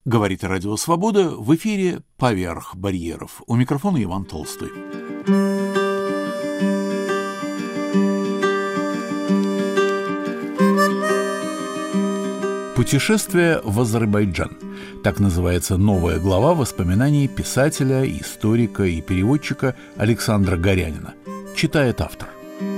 Говорит Радио Свобода, в эфире «Поверх барьеров». У микрофона Иван Толстой. Путешествие в Азербайджан. Так называется новая глава воспоминаний писателя, историка и переводчика Александра Горянина. Читает автор.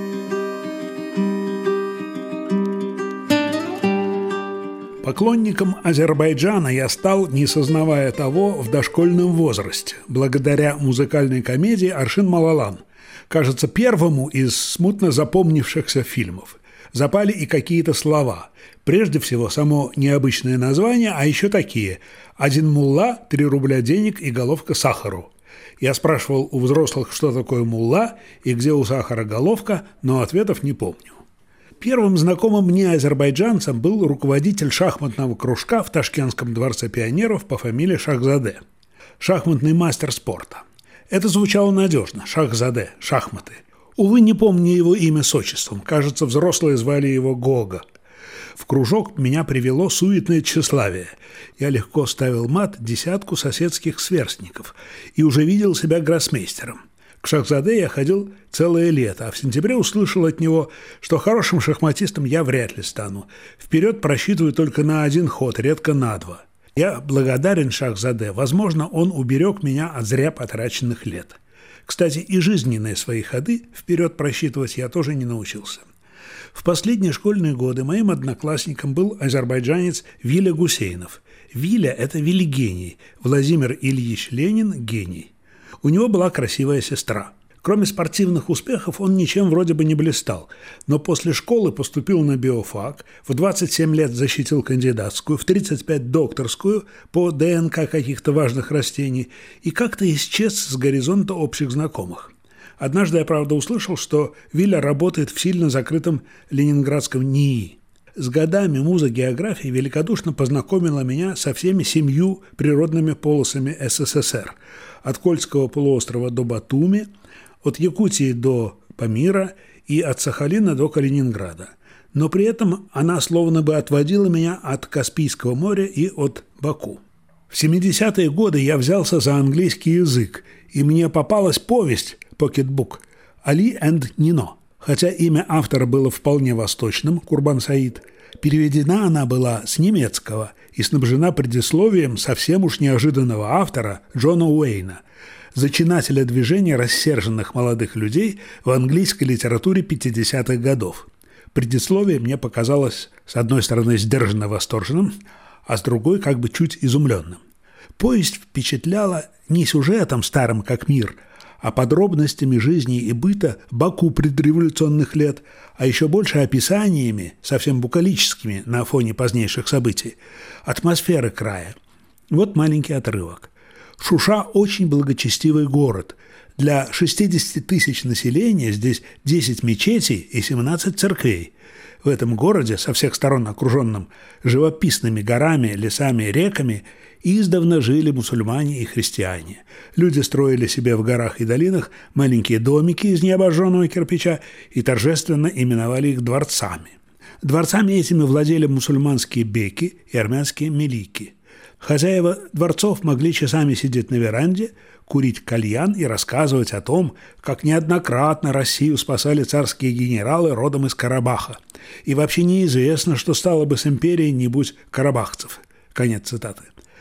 Поклонником Азербайджана я стал, не сознавая того, в дошкольном возрасте, благодаря музыкальной комедии «Аршин Малалан», кажется, первому из смутно запомнившихся фильмов. Запали и какие-то слова. Прежде всего, само необычное название, а еще такие: «Один мулла, 3 рубля денег и головка сахару». Я спрашивал у взрослых, что такое мулла и где у сахара головка, но ответов не помню. Первым знакомым мне азербайджанцем был руководитель шахматного кружка в Ташкентском дворце пионеров по фамилии Шахзаде. Шахматный мастер спорта. Это звучало надежно. Шахзаде, шахматы. Увы, не помню его имя с отчеством. Кажется, взрослые звали его Гога. В кружок меня привело суетное тщеславие. Я легко ставил мат 10 соседских сверстников и уже видел себя гроссмейстером. К Шахзаде я ходил целое лето, а в сентябре услышал от него, что хорошим шахматистом я вряд ли стану. Вперед просчитываю только на 1 ход, редко на 2. Я благодарен Шахзаде. Возможно, он уберег меня от зря потраченных лет. Кстати, и жизненные свои ходы вперед просчитывать я тоже не научился. В последние школьные годы моим одноклассником был азербайджанец Виля Гусейнов. Виля – это велигений, Владимир Ильич Ленин – гений. У него была красивая сестра. Кроме спортивных успехов он ничем вроде бы не блистал, но после школы поступил на биофак, в 27 лет защитил кандидатскую, в 35 докторскую по ДНК каких-то важных растений и как-то исчез с горизонта общих знакомых. Однажды я, правда, услышал, что Виля работает в сильно закрытом ленинградском НИИ. С годами муза географии великодушно познакомила меня со всеми 7 природными полосами СССР – от Кольского полуострова до Батуми, от Якутии до Памира и от Сахалина до Калининграда. Но при этом она словно бы отводила меня от Каспийского моря и от Баку. В 70-е годы я взялся за английский язык, и мне попалась повесть «Покетбук» «Али энд Нино». Хотя имя автора было вполне восточным, Курбан Саид, переведена она была с немецкого и снабжена предисловием совсем уж неожиданного автора Джона Уэйна, зачинателя движения рассерженных молодых людей в английской литературе 50-х годов. Предисловие мне показалось, с одной стороны, сдержанно восторженным, а с другой как бы чуть изумленным. Повесть впечатляла не сюжетом старым как мир, а подробностями жизни и быта Баку предреволюционных лет, а еще больше описаниями, совсем букалическими на фоне позднейших событий, атмосферы края. Вот маленький отрывок. Шуша – очень благочестивый город. Для 60 тысяч населения здесь 10 мечетей и 17 церквей. В этом городе, со всех сторон окруженном живописными горами, лесами и реками, издавна жили мусульмане и христиане. Люди строили себе в горах и долинах маленькие домики из необожженного кирпича и торжественно именовали их дворцами. Дворцами этими владели мусульманские беки и армянские мелики. Хозяева дворцов могли часами сидеть на веранде, курить кальян и рассказывать о том, как неоднократно Россию спасали царские генералы родом из Карабаха. И вообще неизвестно, что стало бы с империей, не будь карабахцев. Конец цитаты.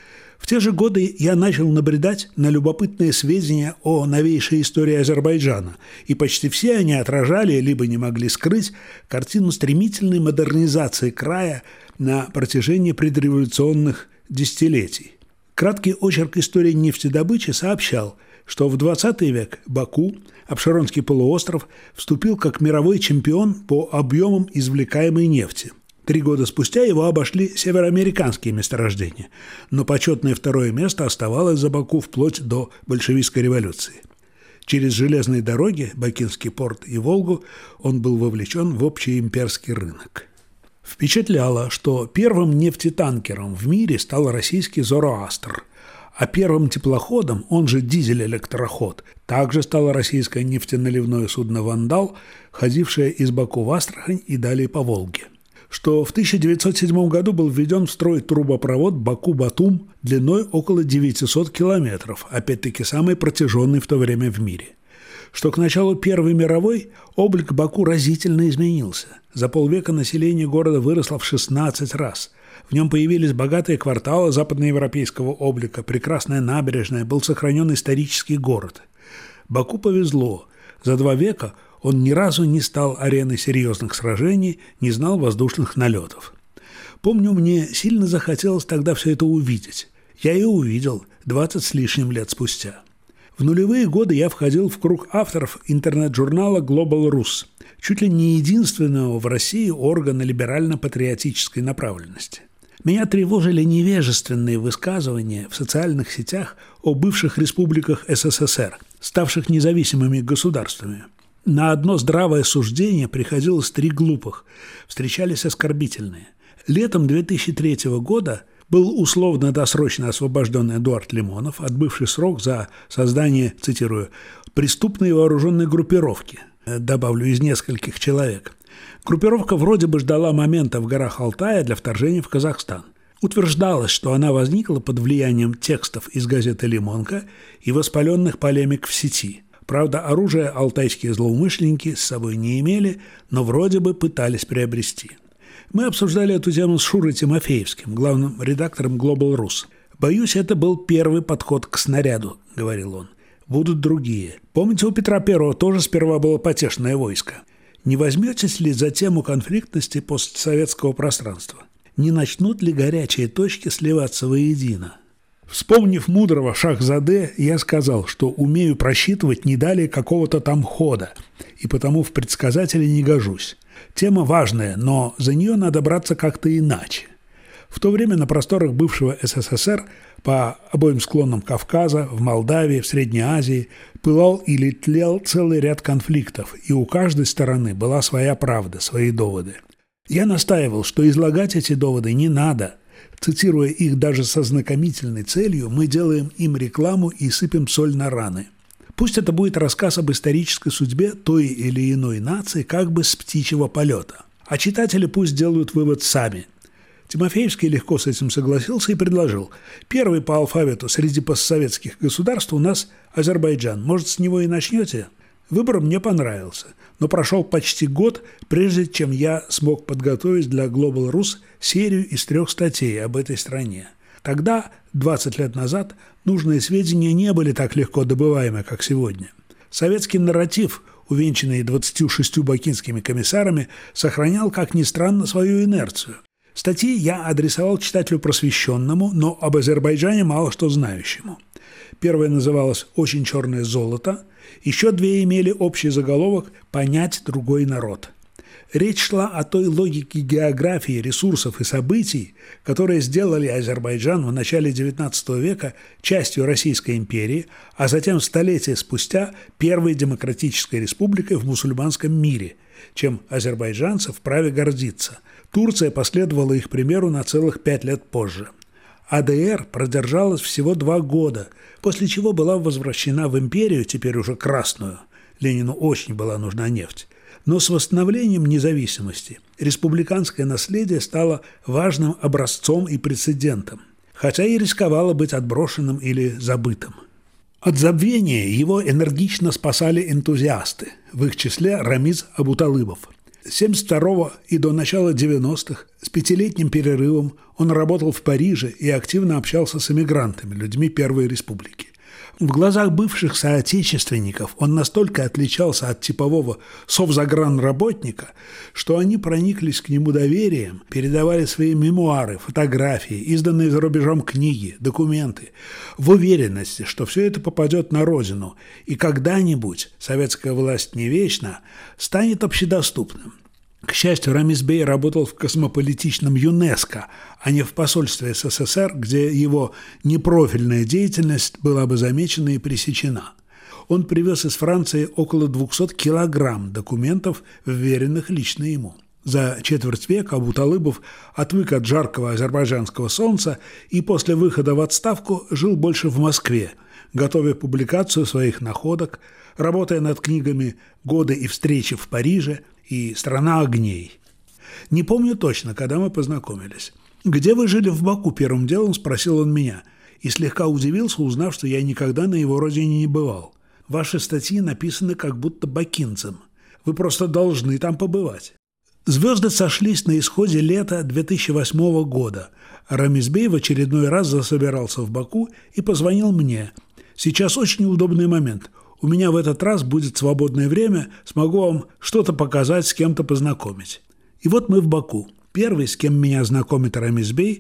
В те же годы я начал набредать на любопытные сведения о новейшей истории Азербайджана, и почти все они отражали, либо не могли скрыть, картину стремительной модернизации края на протяжении предреволюционных десятилетий. Краткий очерк истории нефтедобычи сообщал, что в 20 век Баку, Абшеронский полуостров, вступил как мировой чемпион по объемам извлекаемой нефти. 3 года спустя его обошли североамериканские месторождения, но почетное 2-е место оставалось за Баку вплоть до большевистской революции. Через железные дороги, Бакинский порт и Волгу он был вовлечен в общий имперский рынок. Впечатляло, что первым нефтетанкером в мире стал российский «Зороастр», а первым теплоходом, он же дизель-электроход, также стало российское нефтеналивное судно «Вандал», ходившее из Баку в Астрахань и далее по Волге. что в 1907 году был введен в строй трубопровод Баку-Батум длиной около 900 километров, опять-таки самый протяженный в то время в мире. Что к началу Первой мировой облик Баку разительно изменился. За полвека население города выросло в 16 раз. В нем появились богатые кварталы западноевропейского облика, прекрасная набережная, был сохранен исторический город. Баку повезло. За 2 века он ни разу не стал ареной серьезных сражений, не знал воздушных налетов. Помню, мне сильно захотелось тогда все это увидеть. Я и увидел 20 с лишним лет спустя. В нулевые годы я входил в круг авторов интернет-журнала Global Rus, чуть ли не единственного в России органа либерально-патриотической направленности. Меня тревожили невежественные высказывания в социальных сетях о бывших республиках СССР, ставших независимыми государствами. На одно здравое суждение приходилось 3 глупых, встречались оскорбительные. Летом 2003 года был условно-досрочно освобожден Эдуард Лимонов, отбывший срок за создание, цитирую, «преступной вооруженной группировки», добавлю, из нескольких человек. Группировка вроде бы ждала момента в горах Алтая для вторжения в Казахстан. Утверждалось, что она возникла под влиянием текстов из газеты «Лимонка» и воспаленных полемик в сети. Правда, оружие алтайские злоумышленники с собой не имели, но вроде бы пытались приобрести. Мы обсуждали эту тему с Шурой Тимофеевским, главным редактором Global Rus. «Боюсь, это был первый подход к снаряду», — говорил он. «Будут другие. Помните, у Петра I тоже сперва было потешное войско. Не возьметесь ли за тему конфликтности постсоветского пространства? Не начнут ли горячие точки сливаться воедино?» Вспомнив мудрого Шахзаде, я сказал, что умею просчитывать не далее какого-то там хода, и потому в предсказатели не гожусь. Тема важная, но за нее надо браться как-то иначе. В то время на просторах бывшего СССР, по обоим склонам Кавказа, в Молдавии, в Средней Азии, пылал или тлел целый ряд конфликтов, и у каждой стороны была своя правда, свои доводы. Я настаивал, что излагать эти доводы не надо. Цитируя их даже со знакомительной целью, мы делаем им рекламу и сыпем соль на раны. Пусть это будет рассказ об исторической судьбе той или иной нации как бы с птичьего полета. А читатели пусть делают вывод сами. Тимофеевский легко с этим согласился и предложил. Первый по алфавиту среди постсоветских государств у нас Азербайджан. Может, с него и начнете? Выбор мне понравился, но прошел почти год, прежде чем я смог подготовить для Global Rus серию из 3 статей об этой стране. Тогда, 20 лет назад, нужные сведения не были так легко добываемы, как сегодня. Советский нарратив, увенчанный 26 бакинскими комиссарами, сохранял, как ни странно, свою инерцию. Статьи я адресовал читателю просвещенному, но об Азербайджане мало что знающему. Первая называлась «Очень черное золото», еще 2 имели общий заголовок «Понять другой народ». Речь шла о той логике географии, ресурсов и событий, которые сделали Азербайджан в начале XIX века частью Российской империи, а затем столетия спустя первой демократической республикой в мусульманском мире, чем азербайджанцы вправе гордиться. Турция последовала их примеру на целых 5 лет позже. АДР продержалась всего 2 года, после чего была возвращена в империю, теперь уже красную. Ленину очень была нужна нефть. Но с восстановлением независимости республиканское наследие стало важным образцом и прецедентом, хотя и рисковало быть отброшенным или забытым. От забвения его энергично спасали энтузиасты, в их числе Рамиз Абуталыбов. С 1972 и до начала 90-х с 5-летним перерывом он работал в Париже и активно общался с эмигрантами, людьми Первой Республики. В глазах бывших соотечественников он настолько отличался от типового совзагранработника, что они прониклись к нему доверием, передавали свои мемуары, фотографии, изданные за рубежом книги, документы, в уверенности, что все это попадет на родину, и когда-нибудь, советская власть не вечна, станет общедоступным. К счастью, Рамизбей работал в космополитичном ЮНЕСКО, а не в посольстве СССР, где его непрофильная деятельность была бы замечена и пресечена. Он привез из Франции около 200 килограмм документов, вверенных лично ему. За четверть века Абуталыбов отвык от жаркого азербайджанского солнца и после выхода в отставку жил больше в Москве, готовя публикацию своих находок, работая над книгами «Годы и встречи в Париже» и «Страна огней». Не помню точно, когда мы познакомились. «Где вы жили в Баку?» – первым делом спросил он меня. И слегка удивился, узнав, что я никогда на его родине не бывал. «Ваши статьи написаны как будто бакинцем. Вы просто должны там побывать». Звезды сошлись на исходе лета 2008 года. Рамизбей в очередной раз засобирался в Баку и позвонил мне. «Сейчас очень удобный момент. У меня в этот раз будет свободное время, смогу вам что-то показать, с кем-то познакомить». И вот мы в Баку. Первый, с кем меня знакомит Рамизбей,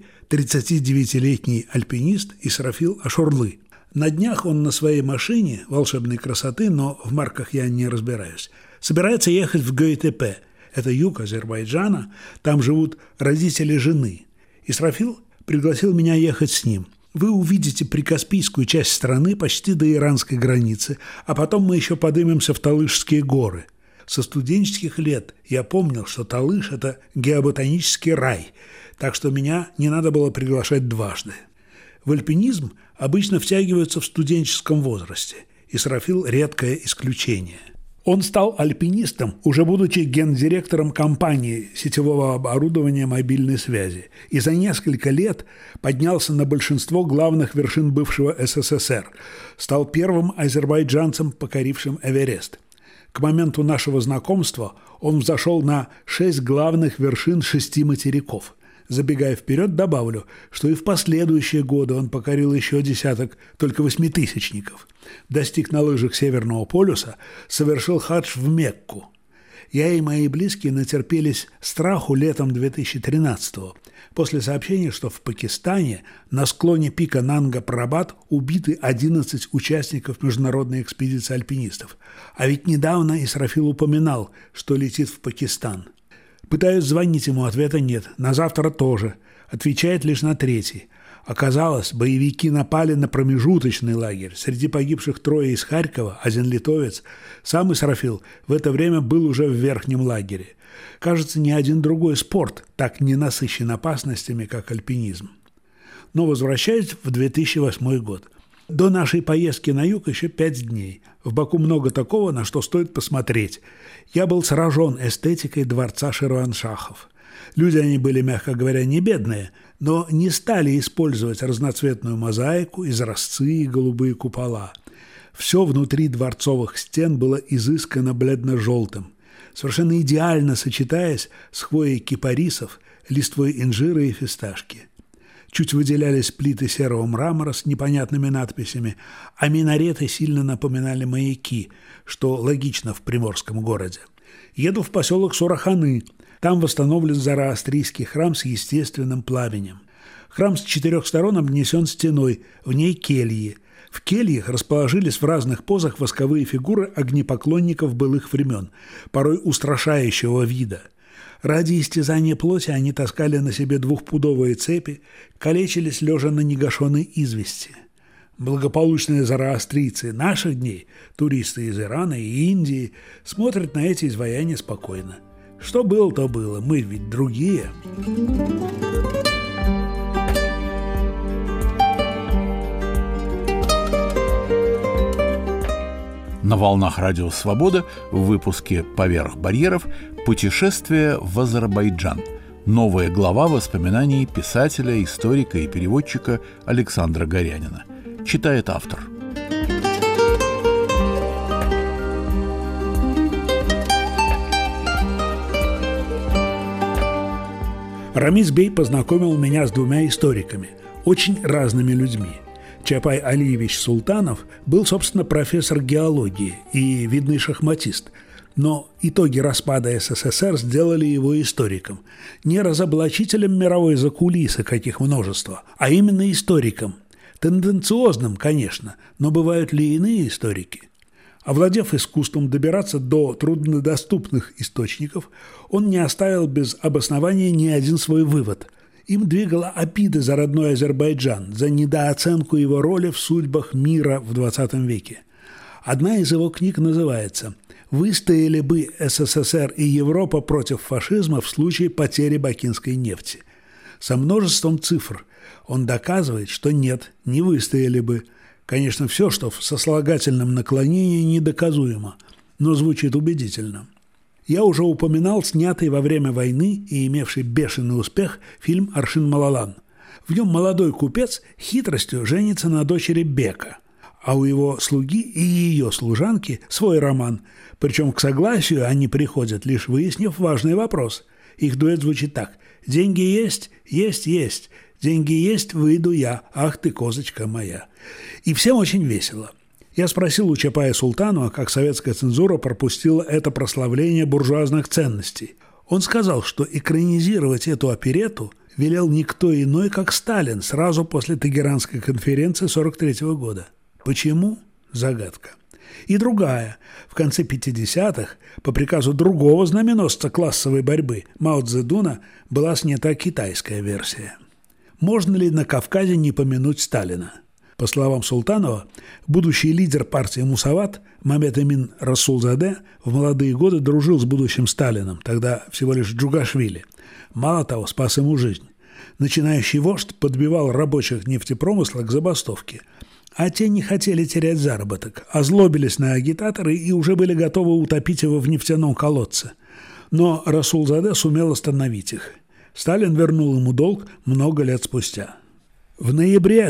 39-летний альпинист Исрафил Ашурлы. На днях он на своей машине волшебной красоты, но в марках я не разбираюсь, собирается ехать в Гöytepe. Это юг Азербайджана, там живут родители жены. Исрафил пригласил меня ехать с ним. Вы увидите прикаспийскую часть страны почти до иранской границы, а потом мы еще поднимемся в Талышские горы. Со студенческих лет я помнил, что Талыш – это геоботанический рай, так что меня не надо было приглашать дважды. В альпинизм обычно втягиваются в студенческом возрасте. Исрафил – редкое исключение. Он стал альпинистом, уже будучи гендиректором компании сетевого оборудования мобильной связи, и за несколько лет поднялся на большинство главных вершин бывшего СССР, стал первым азербайджанцем, покорившим Эверест. К моменту нашего знакомства он взошел на 6 главных вершин 6 материков. Забегая вперед, добавлю, что и в последующие годы он покорил еще десяток только 8-тысячников. Достиг на лыжах Северного полюса, совершил хадж в Мекку. Я и мои близкие натерпелись страху летом 2013-го, после сообщения, что в Пакистане на склоне пика Нанга-Парабат убиты 11 участников международной экспедиции альпинистов. А ведь недавно Исрафил упоминал, что летит в Пакистан. Пытаюсь звонить ему, ответа нет. На завтра тоже. Отвечает лишь на 3-й. Оказалось, боевики напали на промежуточный лагерь. Среди погибших 3 из Харькова, 1 литовец. Сам Исрафил в это время был уже в верхнем лагере. Кажется, ни один другой спорт так не насыщен опасностями, как альпинизм. Но возвращаюсь в 2008 год. До нашей поездки на юг еще 5 дней. В Баку много такого, на что стоит посмотреть. Я был сражен эстетикой дворца Ширваншахов. Люди они были, мягко говоря, не бедные, но не стали использовать разноцветную мозаику, изразцы и голубые купола. Все внутри дворцовых стен было изысканно бледно-желтым, совершенно идеально сочетаясь с хвоей кипарисов, листвой инжира и фисташки. Чуть выделялись плиты серого мрамора с непонятными надписями, а минареты сильно напоминали маяки, что логично в приморском городе. Еду в поселок Сураханы. Там восстановлен зороастрийский храм с естественным пламенем. Храм с 4 сторон обнесен стеной, в ней кельи. В кельях расположились в разных позах восковые фигуры огнепоклонников былых времен, порой устрашающего вида. Ради истязания плоти они таскали на себе 2-пудовые цепи, калечились лежа на негашенной извести. Благополучные зороастрийцы наших дней, туристы из Ирана и Индии, смотрят на эти изваяния спокойно. Что было, то было, мы ведь другие. На волнах Радио Свобода в выпуске «Поверх барьеров» «Путешествие в Азербайджан». Новая глава воспоминаний писателя, историка и переводчика Александра Горянина. Читает автор. Рамизбей познакомил меня с 2 историками, очень разными людьми. Чапай Алиевич Султанов был, собственно, профессор геологии и видный шахматист, но итоги распада СССР сделали его историком. Не разоблачителем мировой закулисы, каких множество, а именно историком. Тенденциозным, конечно, но бывают ли иные историки? Овладев искусством добираться до труднодоступных источников, он не оставил без обоснования ни один свой вывод. Им двигала обида за родной Азербайджан, за недооценку его роли в судьбах мира в XX веке. Одна из его книг называется «Выстояли бы СССР и Европа против фашизма в случае потери бакинской нефти». Со множеством цифр он доказывает, что нет, не выстояли бы. Конечно, все, что в сослагательном наклонении, недоказуемо, но звучит убедительно. Я уже упоминал снятый во время войны и имевший бешеный успех фильм «Аршин Малалан». В нем молодой купец хитростью женится на дочери Бека, а у его слуги и ее служанки свой роман, причем к согласию они приходят, лишь выяснив важный вопрос. Их дуэт звучит так: «Деньги есть? Есть, есть. Деньги есть, выйду я. Ах ты, козочка моя». И всем очень весело. Я спросил у Чапая Султанова, как советская цензура пропустила это прославление буржуазных ценностей. Он сказал, что экранизировать эту оперетту велел никто иной, как Сталин, сразу после Тегеранской конференции 1943 года. Почему? Загадка. И другая. В конце 50-х, по приказу другого знаменосца классовой борьбы, Мао Цзэдуна, была снята китайская версия. Можно ли на Кавказе не помянуть Сталина? По словам Султанова, будущий лидер партии Мусават Мамед Эмин Расулзаде в молодые годы дружил с будущим Сталином, тогда всего лишь Джугашвили. Мало того, спас ему жизнь. Начинающий вождь подбивал рабочих нефтепромысла к забастовке. А те не хотели терять заработок, озлобились на агитаторы и уже были готовы утопить его в нефтяном колодце. Но Расулзаде сумел остановить их. Сталин вернул ему долг много лет спустя. В ноябре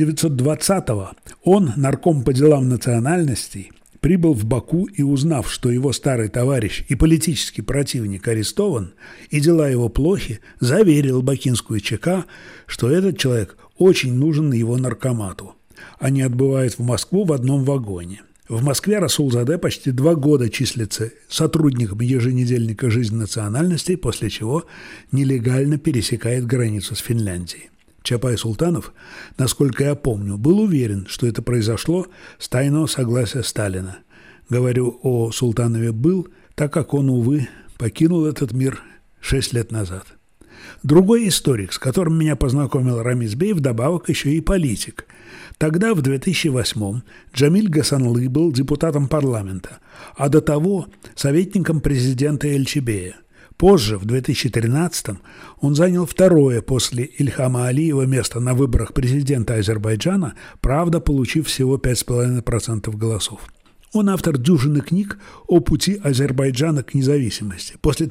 1920-го он, нарком по делам национальностей, прибыл в Баку и, узнав, что его старый товарищ и политический противник арестован, и дела его плохи, заверил бакинскую ЧК, что этот человек очень нужен его наркомату. Они отбывают в Москву в одном вагоне. В Москве Расулзаде почти 2 года числится сотрудником еженедельника «Жизнь национальностей», после чего нелегально пересекает границу с Финляндией. Чапай Султанов, насколько я помню, был уверен, что это произошло с тайного согласия Сталина. Говорю о Султанове «был», так как он, увы, покинул этот мир 6 лет назад. Другой историк, с которым меня познакомил Рамиз Бей, вдобавок еще и политик. Тогда, в 2008-м, Джамиль Гасанлы был депутатом парламента, а до того – советником президента Эльчебея. Позже, в 2013-м, он занял второе после Ильхама Алиева место на выборах президента Азербайджана, правда, получив всего 5,5% голосов. Он автор дюжины книг о пути Азербайджана к независимости после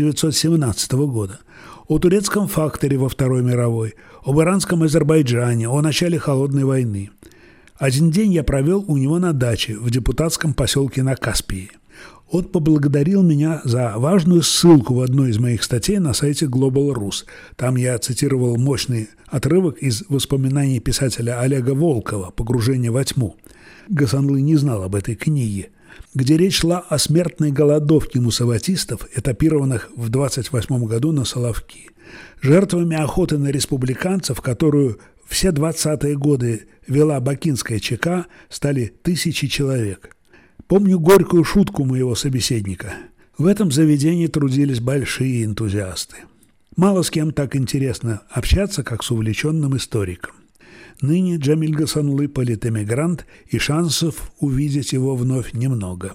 1917 года, о турецком факторе во Второй мировой, об иранском Азербайджане, о начале Холодной войны. Один день я провел у него на даче в депутатском поселке на Каспии. Он поблагодарил меня за важную ссылку в одной из моих статей на сайте Global Rus. Там я цитировал мощный отрывок из воспоминаний писателя Олега Волкова «Погружение во тьму». Гасанлы не знал об этой книге, где речь шла о смертной голодовке мусаватистов, этапированных в 1928 году на Соловки. Жертвами охоты на республиканцев, которую все 20-е годы вела бакинская ЧК, стали тысячи человек. Помню горькую шутку моего собеседника. В этом заведении трудились большие энтузиасты. Мало с кем так интересно общаться, как с увлеченным историком. Ныне Джамиль Гасанлы политэмигрант, и шансов увидеть его вновь немного.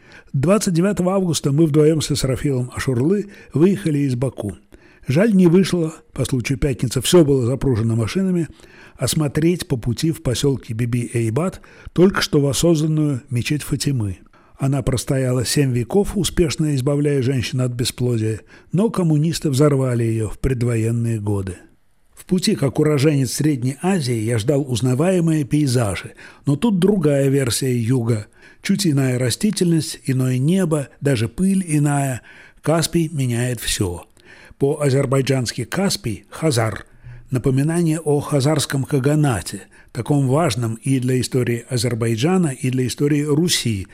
29 августа мы вдвоем с Исрафилом Ашурлы выехали из Баку. Жаль, не вышло, по случаю пятницы все было запружено машинами, осмотреть по пути в поселке Биби-Эйбат только что воссозданную мечеть Фатимы. Она простояла 7 веков, успешно избавляя женщин от бесплодия, но коммунисты взорвали ее в предвоенные годы. В пути, как уроженец Средней Азии, я ждал узнаваемые пейзажи, но тут другая версия юга. Чуть иная растительность, иное небо, даже пыль иная. Каспий меняет все. По-азербайджански Каспий – Хазар. Напоминание о хазарском каганате, таком важном и для истории Азербайджана, и для истории Руси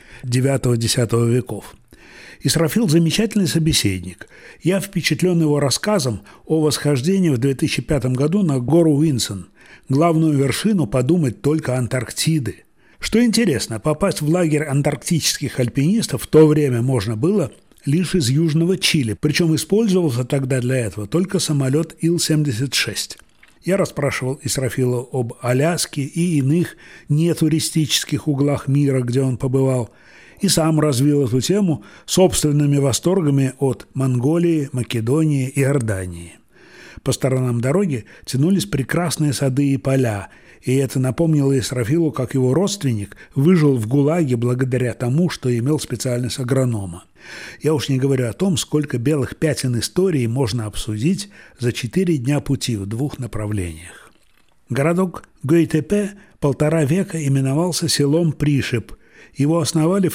IX-X веков. Исрафил – замечательный собеседник. Я впечатлен его рассказом о восхождении в 2005 году на гору Уинсон, главную вершину, подумать только, Антарктиды. Что интересно, попасть в лагерь антарктических альпинистов в то время можно было лишь из Южного Чили, причем использовался тогда для этого только самолет Ил-76. Я расспрашивал Исрафила об Аляске и иных нетуристических углах мира, где он побывал, и сам развил эту тему собственными восторгами от Монголии, Македонии и Иордании. По сторонам дороги тянулись прекрасные сады и поля, И это напомнило Исрафилу, как его родственник выжил в ГУЛАГе благодаря тому, что имел специальность агронома. Я уж не говорю о том, сколько белых пятен истории можно обсудить за 4 дня пути в 2 направлениях. Городок Гуйтепе 1,5 века именовался селом Пришиб. Его основали в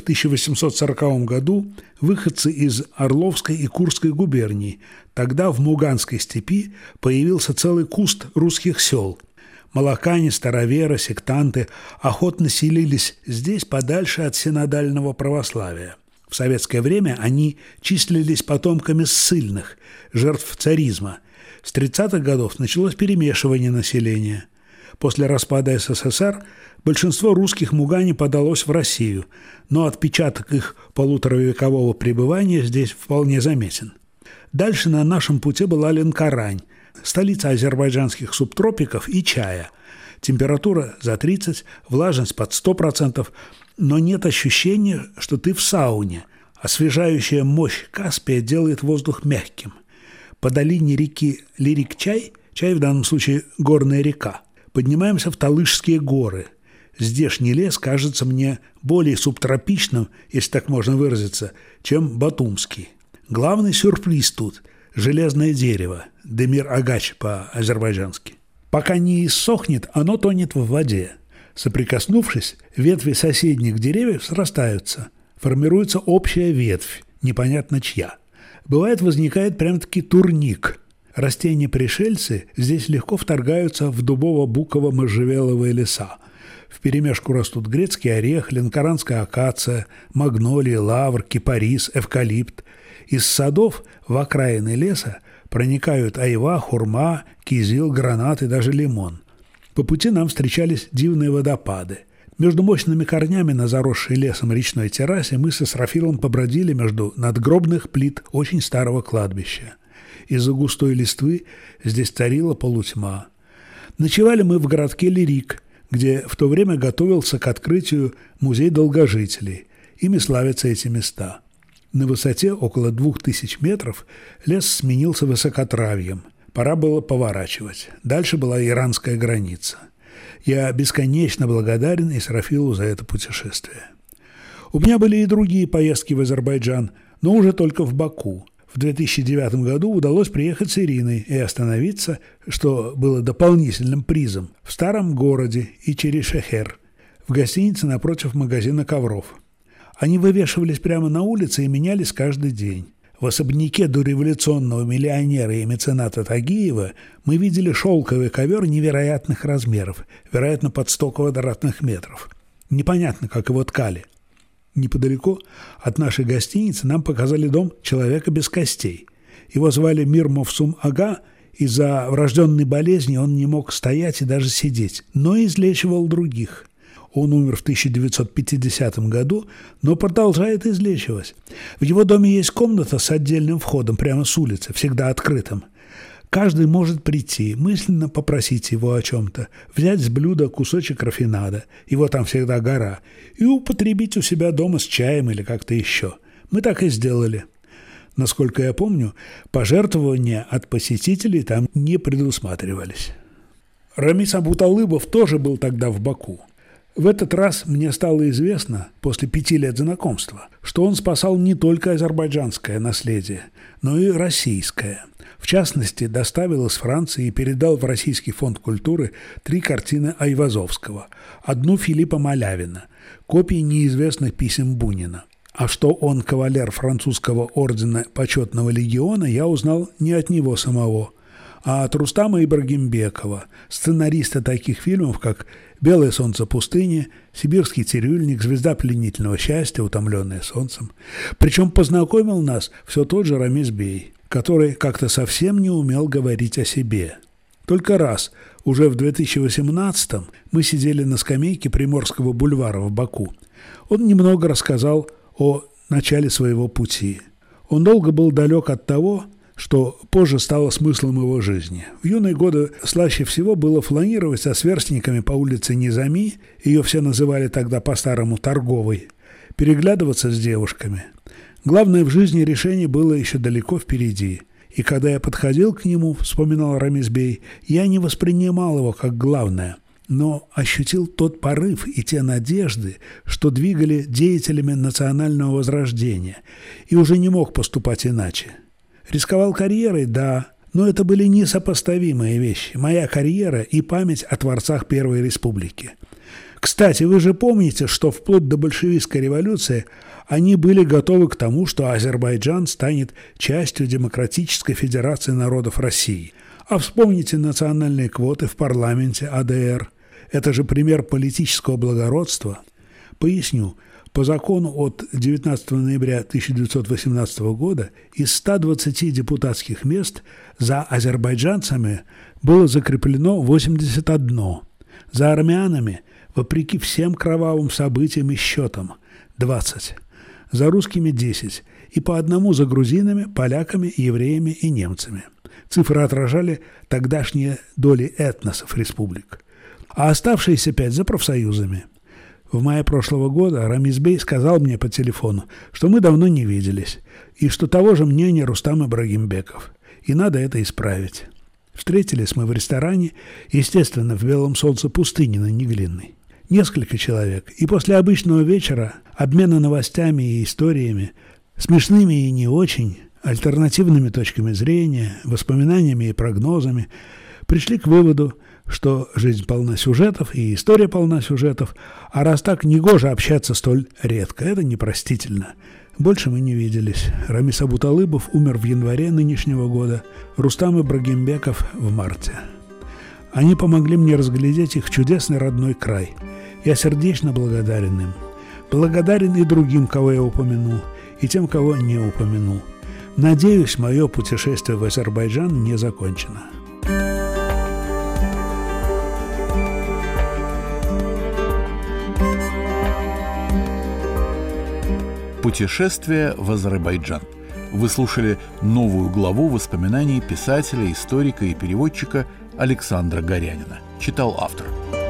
1840 году выходцы из Орловской и Курской губерний. Тогда в Муганской степи появился целый куст русских сел. Молокане, староверы, сектанты охотно селились здесь подальше от синодального православия. В советское время они числились потомками ссыльных, жертв царизма. С 30-х годов началось перемешивание населения. После распада СССР большинство русских мугане подалось в Россию, но отпечаток их полуторавекового пребывания здесь вполне заметен. Дальше на нашем пути была Ленкорань, столица азербайджанских субтропиков и чая. Температура за 30, влажность под 100%, но нет ощущения, что ты в сауне. Освежающая мощь Каспия делает воздух мягким. По долине реки Лирик-Чай, чай в данном случае горная река, поднимаемся в Талышские горы. Здешний лес кажется мне более субтропичным, если так можно выразиться, чем батумский. Главный сюрприз тут – железное дерево, демир-агач по-азербайджански. Пока не иссохнет, оно тонет в воде. Соприкоснувшись, ветви соседних деревьев срастаются. Формируется общая ветвь, непонятно чья. Бывает, возникает прям-таки турник. Растения-пришельцы здесь легко вторгаются в дубово-буково-можжевеловые леса. Вперемешку растут грецкий орех, ленкоранская акация, магнолии, лавр, кипарис, эвкалипт. Из садов в окраины леса проникают айва, хурма, кизил, гранат и даже лимон. По пути нам встречались дивные водопады. Между мощными корнями на заросшей лесом речной террасе мы с Исрафилом побродили между надгробных плит очень старого кладбища. Из-за густой листвы здесь царила полутьма. Ночевали мы в городке Лирик, где в то время готовился к открытию музей долгожителей. Ими славятся эти места. На высоте около 2000 метров лес сменился высокотравьем. Пора было поворачивать. Дальше была иранская граница. Я бесконечно благодарен Исрафилу за это путешествие. У меня были и другие поездки в Азербайджан, но уже только в Баку. В 2009 году удалось приехать с Ириной и остановиться, что было дополнительным призом, в старом городе Ичери-Шехер, в гостинице напротив магазина ковров. Они вывешивались прямо на улице и менялись каждый день. В особняке дореволюционного миллионера и мецената Тагиева мы видели шелковый ковер невероятных размеров, вероятно, под 100 квадратных метров. Непонятно, как его ткали. Неподалеку от нашей гостиницы нам показали дом человека без костей. Его звали Мир Мовсум Ага. Из-за врожденной болезни он не мог стоять и даже сидеть, но излечивал других. Он умер в 1950 году, но продолжает излечивать. В его доме есть комната с отдельным входом прямо с улицы, всегда открытым. Каждый может прийти, мысленно попросить его о чем-то, взять с блюда кусочек рафинада, его там всегда гора, и употребить у себя дома с чаем или как-то еще. Мы так и сделали. Насколько я помню, пожертвования от посетителей там не предусматривались. Рамис Абуталыбов тоже был тогда в Баку. В этот раз мне стало известно, после 5 лет знакомства, что он спасал не только азербайджанское наследие, но и российское. В частности, доставил из Франции и передал в Российский фонд культуры 3 картины Айвазовского, одну Филиппа Малявина, копии неизвестных писем Бунина. А что он кавалер французского ордена Почетного легиона, я узнал не от него самого, а от Рустама Ибрагимбекова, сценариста таких фильмов, как «Белое солнце пустыни», «Сибирский цирюльник», «Звезда пленительного счастья», «Утомленная солнцем». Причем познакомил нас все тот же Рамис Бей, который как-то совсем не умел говорить о себе. Только раз, уже в 2018-м, мы сидели на скамейке Приморского бульвара в Баку. Он немного рассказал о начале своего пути. Он долго был далек от того, что позже стало смыслом его жизни. В юные годы слаще всего было фланировать со сверстниками по улице Низами, ее все называли тогда по-старому Торговой, переглядываться с девушками. Главное в жизни решение было еще далеко впереди. И когда я подходил к нему, вспоминал Рамис Бей, я не воспринимал его как главное. но ощутил тот порыв и те надежды, что двигали деятелями национального возрождения, и уже не мог поступать иначе. Рисковал карьерой, да, но это были несопоставимые вещи. Моя карьера и память о творцах Первой Республики. Кстати, вы же помните, что вплоть до большевистской революции они были готовы к тому, что Азербайджан станет частью Демократической Федерации народов России. А вспомните национальные квоты в парламенте АДР. Это же пример политического благородства. Поясню. По закону от 19 ноября 1918 года из 120 депутатских мест за азербайджанцами было закреплено 81, за армянами, вопреки всем кровавым событиям и счетам, 20, за русскими 10 и по одному за грузинами, поляками, евреями и немцами. Цифры отражали тогдашние доли этносов республик. А оставшиеся 5 за профсоюзами. В мае прошлого года Рамиз Бей сказал мне по телефону, что мы давно не виделись, и что того же мнения Рустам Ибрагимбеков, и надо это исправить. Встретились мы в ресторане, естественно, в белом солнце пустыни на Неглинной. Несколько человек, и после обычного вечера обмена новостями и историями, смешными и не очень, альтернативными точками зрения, воспоминаниями и прогнозами, пришли к выводу, что жизнь полна сюжетов и история полна сюжетов, а раз так, негоже общаться столь редко. Это непростительно. Больше мы не виделись. Рамис Абуталыбов умер в январе нынешнего года, Рустам Ибрагимбеков в марте. Они помогли мне разглядеть их чудесный родной край. Я сердечно благодарен им. Благодарен и другим, кого я упомянул, и тем, кого не упомянул. Надеюсь, мое путешествие в Азербайджан не закончено. «Путешествие в Азербайджан». Вы слушали новую главу воспоминаний писателя, историка и переводчика Александра Горянина. Читал автор.